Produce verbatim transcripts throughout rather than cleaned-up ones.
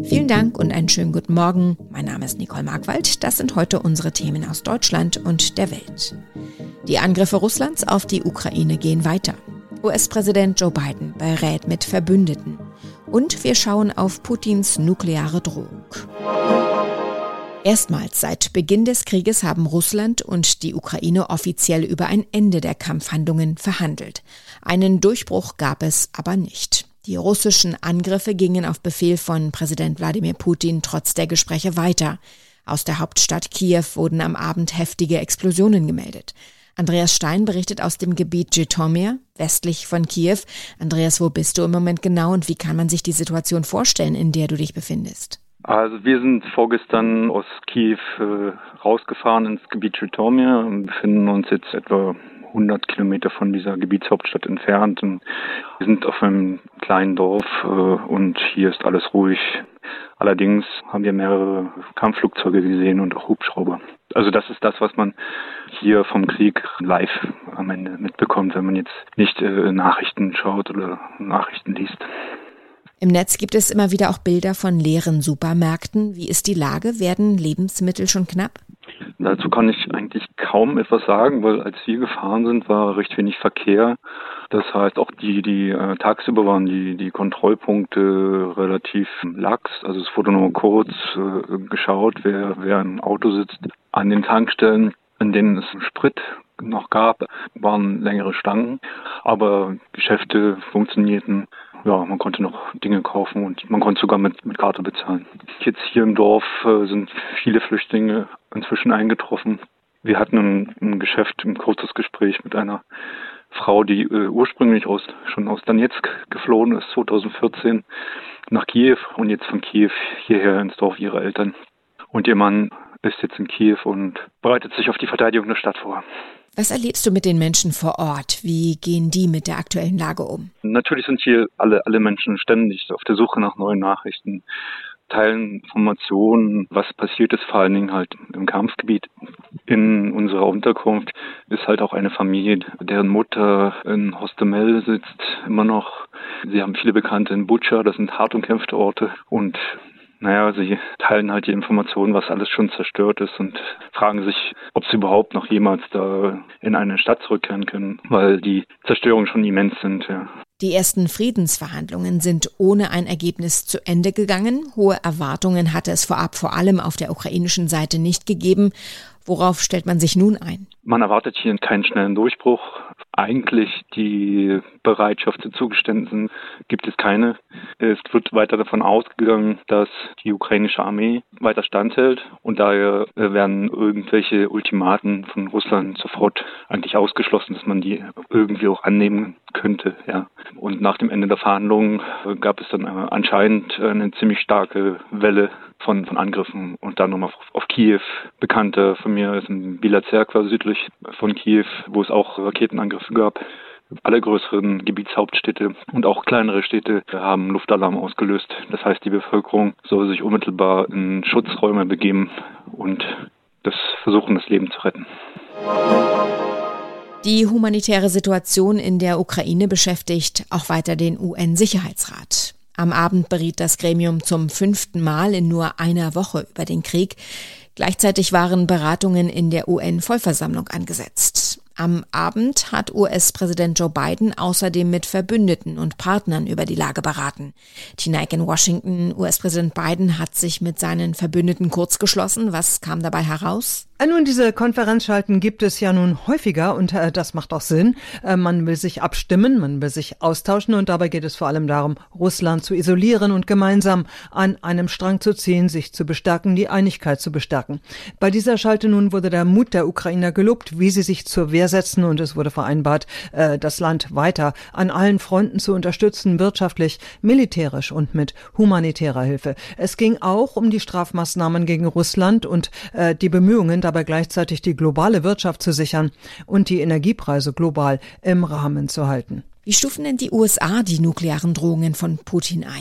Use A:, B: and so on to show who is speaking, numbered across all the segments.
A: Vielen Dank und einen schönen guten Morgen. Mein Name ist Nicole Markwald. Das sind heute unsere Themen aus Deutschland und der Welt. Die Angriffe Russlands auf die Ukraine gehen weiter. U S-Präsident Joe Biden berät mit Verbündeten. Und wir schauen auf Putins nukleare Drohung. Erstmals seit Beginn des Krieges haben Russland und die Ukraine offiziell über ein Ende der Kampfhandlungen verhandelt. Einen Durchbruch gab es aber nicht. Die russischen Angriffe gingen auf Befehl von Präsident Wladimir Putin trotz der Gespräche weiter. Aus der Hauptstadt Kiew wurden am Abend heftige Explosionen gemeldet. Andreas Stein berichtet aus dem Gebiet Jitomir, westlich von Kiew. Andreas, wo bist du im Moment genau und wie kann man sich die Situation vorstellen, in der du dich befindest?
B: Also wir sind vorgestern aus Kiew äh, rausgefahren ins Gebiet Jitomir und befinden uns jetzt etwa hundert Kilometer von dieser Gebietshauptstadt entfernt. Und wir sind auf einem kleinen Dorf äh, und hier ist alles ruhig. Allerdings haben wir mehrere Kampfflugzeuge gesehen und auch Hubschrauber. Also das ist das, was man hier vom Krieg live am Ende mitbekommt, wenn man jetzt nicht äh, Nachrichten schaut oder Nachrichten liest.
A: Im Netz gibt es immer wieder auch Bilder von leeren Supermärkten. Wie ist die Lage? Werden Lebensmittel schon knapp?
B: Dazu kann ich eigentlich kaum etwas sagen, weil als wir gefahren sind, war recht wenig Verkehr. Das heißt, auch die, die äh, tagsüber waren die, die Kontrollpunkte relativ lax. Also es wurde nur kurz äh, geschaut, wer, wer im Auto sitzt. An den Tankstellen, in denen es Sprit noch gab, waren längere Stangen, aber Geschäfte funktionierten. Ja, man konnte noch Dinge kaufen und man konnte sogar mit, mit Karte bezahlen. Jetzt hier im Dorf äh, sind viele Flüchtlinge inzwischen eingetroffen. Wir hatten ein, ein Geschäft, ein kurzes Gespräch mit einer Frau, die äh, ursprünglich aus, schon aus Donetsk geflohen ist, zwanzig vierzehn, nach Kiew und jetzt von Kiew hierher ins Dorf ihrer Eltern. Und ihr Mann ist jetzt in Kiew und bereitet sich auf die Verteidigung der Stadt vor.
A: Was erlebst du mit den Menschen vor Ort? Wie gehen die mit der aktuellen Lage um?
B: Natürlich sind hier alle, alle Menschen ständig auf der Suche nach neuen Nachrichten, teilen Informationen, was passiert ist, vor allen Dingen halt im Kampfgebiet. In unserer Unterkunft ist halt auch eine Familie, deren Mutter in Hostomel sitzt, immer noch. Sie haben viele Bekannte in Butscha, das sind hart umkämpfte Orte und Naja, sie teilen halt die Informationen, was alles schon zerstört ist und fragen sich, ob sie überhaupt noch jemals da in eine Stadt zurückkehren können, weil die Zerstörungen schon immens sind, ja.
A: Die ersten Friedensverhandlungen sind ohne ein Ergebnis zu Ende gegangen. Hohe Erwartungen hatte es vorab vor allem auf der ukrainischen Seite nicht gegeben. Worauf stellt man sich nun ein?
B: Man erwartet hier keinen schnellen Durchbruch. Eigentlich die Bereitschaft zu Zugeständnissen gibt es keine. Es wird weiter davon ausgegangen, dass die ukrainische Armee weiter standhält und daher werden irgendwelche Ultimaten von Russland sofort eigentlich ausgeschlossen, dass man die irgendwie auch annehmen könnte. Ja. Und nach dem Ende der Verhandlungen gab es dann anscheinend eine ziemlich starke Welle von, von Angriffen und dann nochmal auf, auf Kiew. Bekannte von mir ist in Bila Zerkva südlich von Kiew, wo es auch Raketenangriffe gab. Alle größeren Gebietshauptstädte und auch kleinere Städte haben Luftalarm ausgelöst. Das heißt, die Bevölkerung soll sich unmittelbar in Schutzräume begeben und das versuchen, das Leben zu retten.
A: Die humanitäre Situation in der Ukraine beschäftigt auch weiter den U N-Sicherheitsrat. Am Abend beriet das Gremium zum fünften Mal in nur einer Woche über den Krieg. Gleichzeitig waren Beratungen in der U N-Vollversammlung angesetzt. Am Abend hat U S-Präsident Joe Biden außerdem mit Verbündeten und Partnern über die Lage beraten. Tina Eck in Washington. U S-Präsident Biden hat sich mit seinen Verbündeten kurzgeschlossen. Was kam dabei heraus?
C: Nun, diese Konferenzschalten gibt es ja nun häufiger und äh, das macht auch Sinn. Äh, man will sich abstimmen, man will sich austauschen und dabei geht es vor allem darum, Russland zu isolieren und gemeinsam an einem Strang zu ziehen, sich zu bestärken, die Einigkeit zu bestärken. Bei dieser Schalte nun wurde der Mut der Ukrainer gelobt, wie sie sich zur Wehr setzen und es wurde vereinbart, äh, das Land weiter an allen Fronten zu unterstützen, wirtschaftlich, militärisch und mit humanitärer Hilfe. Es ging auch um die Strafmaßnahmen gegen Russland und äh, die Bemühungen, dabei gleichzeitig die globale Wirtschaft zu sichern und die Energiepreise global im Rahmen zu halten.
A: Wie stufen denn die U S A die nuklearen Drohungen von Putin ein?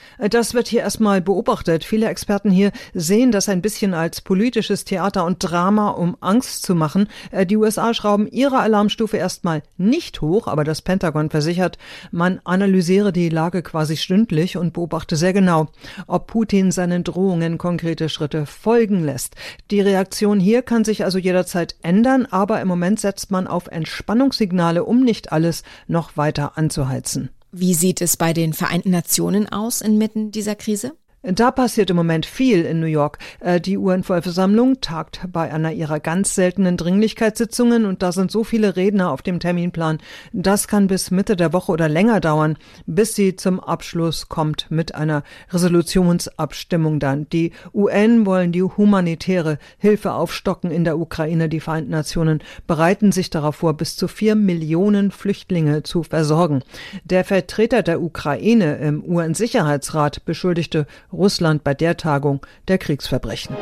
C: Das wird hier erstmal beobachtet. Viele Experten hier sehen das ein bisschen als politisches Theater und Drama, um Angst zu machen. Die U S A schrauben ihre Alarmstufe erstmal nicht hoch, aber das Pentagon versichert, man analysiere die Lage quasi stündlich und beobachte sehr genau, ob Putin seinen Drohungen konkrete Schritte folgen lässt. Die Reaktion hier kann sich also jederzeit ändern, aber im Moment setzt man auf Entspannungssignale, um nicht alles noch weiter anzuheizen.
A: Wie sieht es bei den Vereinten Nationen aus inmitten dieser Krise?
C: Da passiert im Moment viel in New York. Die U N-Vollversammlung tagt bei einer ihrer ganz seltenen Dringlichkeitssitzungen und da sind so viele Redner auf dem Terminplan. Das kann bis Mitte der Woche oder länger dauern, bis sie zum Abschluss kommt mit einer Resolutionsabstimmung dann. Die U N wollen die humanitäre Hilfe aufstocken in der Ukraine. Die Vereinten Nationen bereiten sich darauf vor, bis zu vier Millionen Flüchtlinge zu versorgen. Der Vertreter der Ukraine im U N-Sicherheitsrat beschuldigte Russland bei der Tagung der Kriegsverbrechen.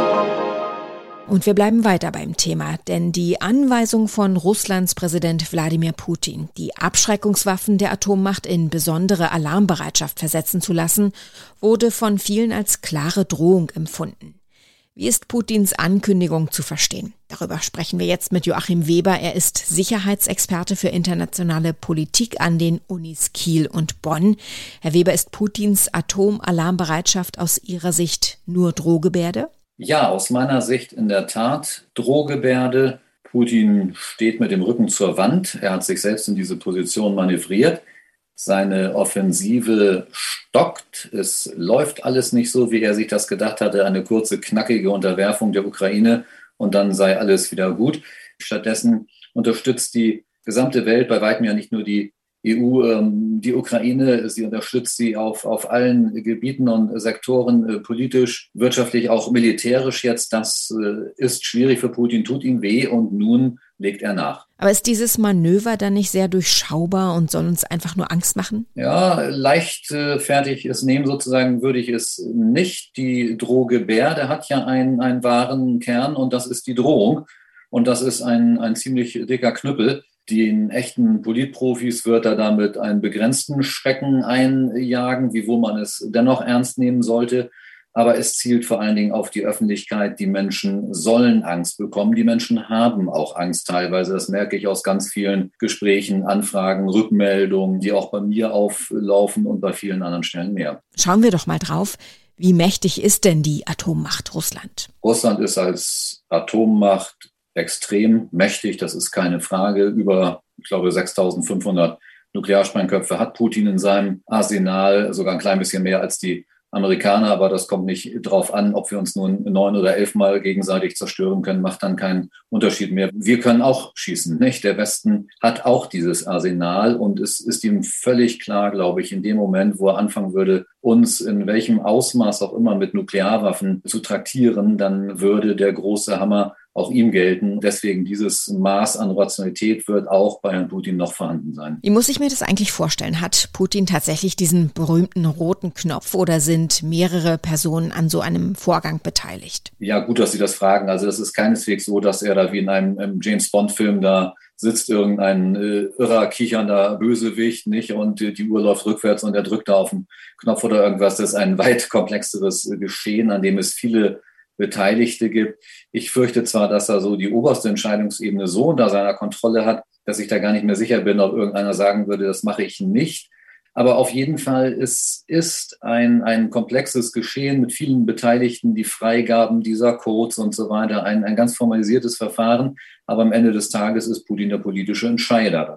A: Und wir bleiben weiter beim Thema, denn die Anweisung von Russlands Präsident Wladimir Putin, die Abschreckungswaffen der Atommacht in besondere Alarmbereitschaft versetzen zu lassen, wurde von vielen als klare Drohung empfunden. Wie ist Putins Ankündigung zu verstehen? Darüber sprechen wir jetzt mit Joachim Weber. Er ist Sicherheitsexperte für internationale Politik an den Unis Kiel und Bonn. Herr Weber, ist Putins Atomalarmbereitschaft aus Ihrer Sicht nur Drohgebärde?
D: Ja, aus meiner Sicht in der Tat Drohgebärde. Putin steht mit dem Rücken zur Wand. Er hat sich selbst in diese Position manövriert. Seine Offensive stockt. Es läuft alles nicht so, wie er sich das gedacht hatte. Eine kurze, knackige Unterwerfung der Ukraine und dann sei alles wieder gut. Stattdessen unterstützt die gesamte Welt, bei weitem ja nicht nur die E U, ähm, die Ukraine. Sie unterstützt sie auf, auf allen Gebieten und Sektoren, äh, politisch, wirtschaftlich, auch militärisch jetzt. Das äh, ist schwierig für Putin, tut ihm weh und nun legt er nach.
A: Aber ist dieses Manöver dann nicht sehr durchschaubar und soll uns einfach nur Angst machen?
D: Ja, leichtfertig es nehmen sozusagen würde ich es nicht. Die Drohgebärde hat ja einen, einen wahren Kern und das ist die Drohung. Und das ist ein, ein ziemlich dicker Knüppel. Den echten Politprofis wird er damit einen begrenzten Schrecken einjagen, wiewohl man es dennoch ernst nehmen sollte. Aber es zielt vor allen Dingen auf die Öffentlichkeit. Die Menschen sollen Angst bekommen. Die Menschen haben auch Angst teilweise. Das merke ich aus ganz vielen Gesprächen, Anfragen, Rückmeldungen, die auch bei mir auflaufen und bei vielen anderen Stellen mehr.
A: Schauen wir doch mal drauf. Wie mächtig ist denn die Atommacht Russland?
D: Russland ist als Atommacht extrem mächtig. Das ist keine Frage. Über, ich glaube, sechstausendfünfhundert Nuklearsprengköpfe hat Putin in seinem Arsenal, sogar ein klein bisschen mehr als die Amerikaner, aber das kommt nicht drauf an, ob wir uns nun neun oder elfmal gegenseitig zerstören können, macht dann keinen Unterschied mehr. Wir können auch schießen, nicht? Der Westen hat auch dieses Arsenal und es ist ihm völlig klar, glaube ich, in dem Moment, wo er anfangen würde, uns in welchem Ausmaß auch immer mit Nuklearwaffen zu traktieren, dann würde der große Hammer auch ihm gelten. Deswegen dieses Maß an Rationalität wird auch bei Herrn Putin noch vorhanden sein.
A: Wie muss ich mir das eigentlich vorstellen? Hat Putin tatsächlich diesen berühmten roten Knopf oder sind mehrere Personen an so einem Vorgang beteiligt?
D: Ja, gut, dass Sie das fragen. Also das ist keineswegs so, dass er da wie in einem, einem James-Bond-Film da sitzt, irgendein äh, irrer, kichernder Bösewicht, nicht? Und äh, die Uhr läuft rückwärts und er drückt da auf den Knopf oder irgendwas. Das ist ein weit komplexeres äh, Geschehen, an dem es viele Beteiligte gibt. Ich fürchte zwar, dass er so die oberste Entscheidungsebene so unter seiner Kontrolle hat, dass ich da gar nicht mehr sicher bin, ob irgendeiner sagen würde, das mache ich nicht. Aber auf jeden Fall, es ist ein, ein komplexes Geschehen mit vielen Beteiligten, die Freigaben dieser Codes und so weiter, ein, ein ganz formalisiertes Verfahren. Aber am Ende des Tages ist Putin der politische Entscheider.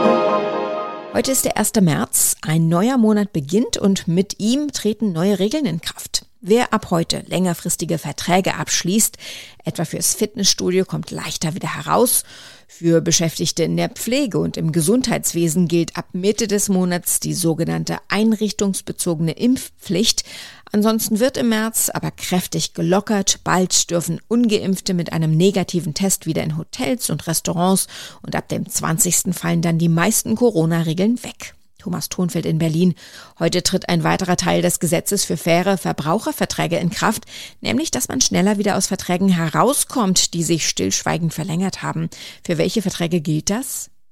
A: Heute ist der erste März, ein neuer Monat beginnt und mit ihm treten neue Regeln in Kraft. Wer ab heute längerfristige Verträge abschließt, etwa fürs Fitnessstudio, kommt leichter wieder heraus. Für Beschäftigte in der Pflege und im Gesundheitswesen gilt ab Mitte des Monats die sogenannte einrichtungsbezogene Impfpflicht. Ansonsten wird im März aber kräftig gelockert. Bald dürfen Ungeimpfte mit einem negativen Test wieder in Hotels und Restaurants und ab dem zwanzigsten fallen dann die meisten Corona-Regeln weg. Thomas Thonfeld in Berlin. Heute tritt ein weiterer Teil des Gesetzes für faire Verbraucherverträge in Kraft, nämlich, dass man schneller wieder aus Verträgen herauskommt, die sich stillschweigend verlängert haben. Für welche Verträge gilt das?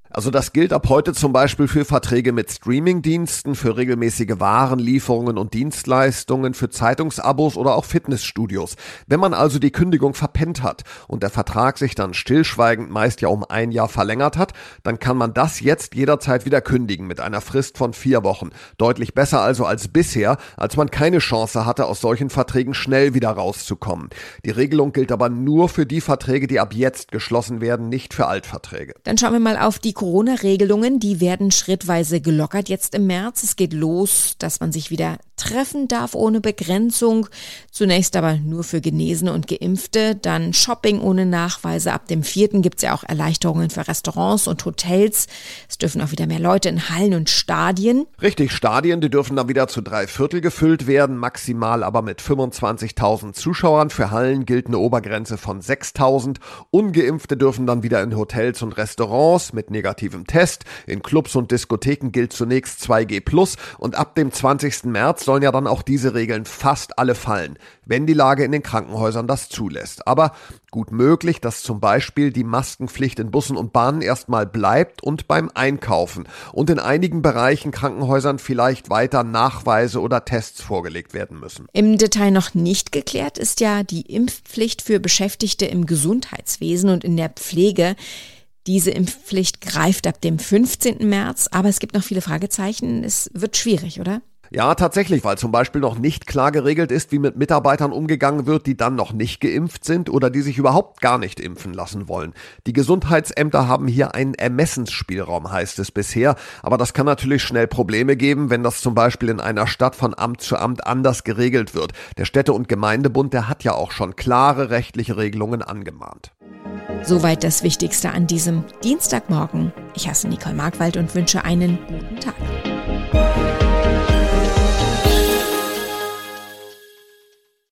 E: Also das gilt ab heute zum Beispiel für Verträge mit Streamingdiensten, für regelmäßige Warenlieferungen und Dienstleistungen, für Zeitungsabos oder auch Fitnessstudios. Wenn man also die Kündigung verpennt hat und der Vertrag sich dann stillschweigend meist ja um ein Jahr verlängert hat, dann kann man das jetzt jederzeit wieder kündigen mit einer Frist von vier Wochen. Deutlich besser also als bisher, als man keine Chance hatte, aus solchen Verträgen schnell wieder rauszukommen. Die Regelung gilt aber nur für die Verträge, die ab jetzt geschlossen werden, nicht für Altverträge.
A: Dann schauen wir mal auf die Corona-Regelungen, die werden schrittweise gelockert jetzt im März. Es geht los, dass man sich wieder treffen darf ohne Begrenzung. Zunächst aber nur für Genesene und Geimpfte. Dann Shopping ohne Nachweise. Ab dem vierten gibt es ja auch Erleichterungen für Restaurants und Hotels. Es dürfen auch wieder mehr Leute in Hallen und Stadien.
E: Richtig, Stadien, die dürfen dann wieder zu drei Viertel gefüllt werden, maximal aber mit fünfundzwanzigtausend Zuschauern. Für Hallen gilt eine Obergrenze von sechstausend. Ungeimpfte dürfen dann wieder in Hotels und Restaurants mit negativem Test. In Clubs und Diskotheken gilt zunächst zwei G plus und ab dem zwanzigsten März sollen ja dann auch diese Regeln fast alle fallen, wenn die Lage in den Krankenhäusern das zulässt. Aber gut möglich, dass zum Beispiel die Maskenpflicht in Bussen und Bahnen erstmal bleibt und beim Einkaufen und in einigen Bereichen Krankenhäusern vielleicht weiter Nachweise oder Tests vorgelegt werden müssen.
A: Im Detail noch nicht geklärt ist ja die Impfpflicht für Beschäftigte im Gesundheitswesen und in der Pflege. Diese Impfpflicht greift ab dem fünfzehnten März, aber es gibt noch viele Fragezeichen. Es wird schwierig, oder?
E: Ja, tatsächlich, weil zum Beispiel noch nicht klar geregelt ist, wie mit Mitarbeitern umgegangen wird, die dann noch nicht geimpft sind oder die sich überhaupt gar nicht impfen lassen wollen. Die Gesundheitsämter haben hier einen Ermessensspielraum, heißt es bisher, aber das kann natürlich schnell Probleme geben, wenn das zum Beispiel in einer Stadt von Amt zu Amt anders geregelt wird. Der Städte- und Gemeindebund, der hat ja auch schon klare rechtliche Regelungen angemahnt.
A: Soweit das Wichtigste an diesem Dienstagmorgen. Ich heiße Nicole Markwald und wünsche einen guten Tag.